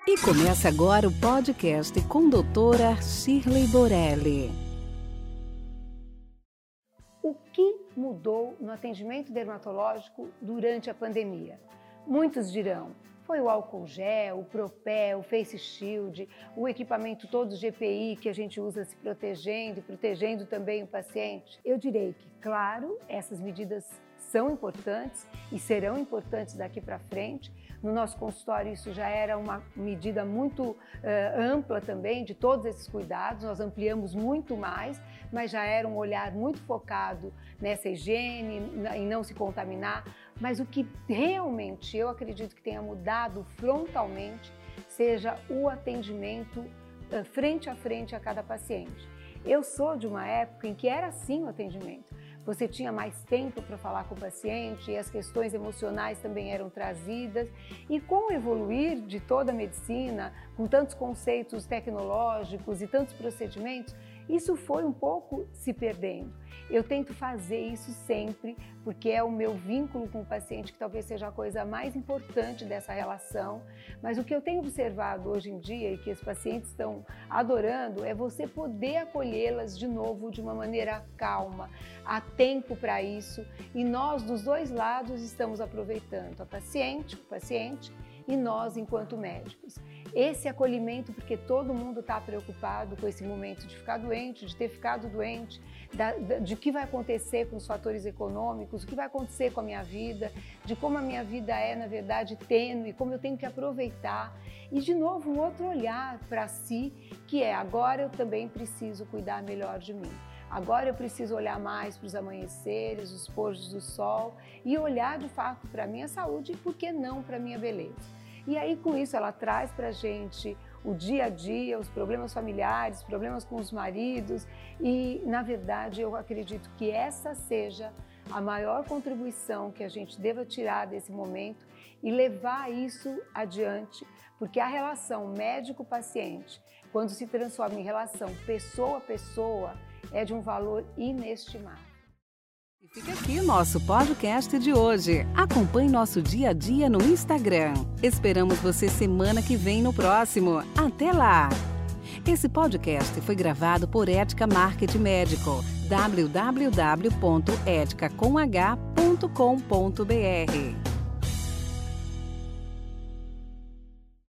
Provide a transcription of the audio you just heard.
E começa agora o podcast com doutora Shirley Borelli. O que mudou no atendimento dermatológico durante a pandemia? Muitos dirão, foi o álcool gel, o Propel, o Face Shield, o equipamento todo de EPI que a gente usa se protegendo e protegendo também o paciente. Eu direi que, claro, essas medidas são importantes e serão importantes daqui para frente. No nosso consultório isso já era uma medida muito ampla também de todos esses cuidados, nós ampliamos muito mais, mas já era um olhar muito focado nessa higiene, em não se contaminar. Mas o que realmente eu acredito que tenha mudado frontalmente seja o atendimento frente a frente a cada paciente. Eu sou de uma época em que era assim o atendimento. Você tinha mais tempo para falar com o paciente e as questões emocionais também eram trazidas. E com o evoluir de toda a medicina, com tantos conceitos tecnológicos e tantos procedimentos, isso foi um pouco se perdendo. Eu tento fazer isso sempre, porque é o meu vínculo com o paciente que talvez seja a coisa mais importante dessa relação. Mas o que eu tenho observado hoje em dia e que os pacientes estão adorando é você poder acolhê-las de novo de uma maneira calma. Há tempo para isso e nós, dos dois lados, estamos aproveitando, a paciente, o paciente e nós enquanto médicos. Esse acolhimento, porque todo mundo está preocupado com esse momento de ficar doente, de ter ficado doente, de que vai acontecer com os fatores econômicos, o que vai acontecer com a minha vida, de como a minha vida é, na verdade, tênue, como eu tenho que aproveitar. E, de novo, um outro olhar para si, que é agora eu também preciso cuidar melhor de mim. Agora eu preciso olhar mais para os amanheceres, os pôres do sol e olhar de fato para a minha saúde e, por que não, para a minha beleza. E aí com isso ela traz para a gente o dia a dia, os problemas familiares, problemas com os maridos e, na verdade, eu acredito que essa seja a maior contribuição que a gente deva tirar desse momento e levar isso adiante, porque a relação médico-paciente, quando se transforma em relação pessoa-pessoa, é de um valor inestimável. E fica aqui o nosso podcast de hoje. Acompanhe nosso dia a dia no Instagram. Esperamos você semana que vem no próximo. Até lá! Esse podcast foi gravado por Ética Marketing Médico. www.eticacomh.com.br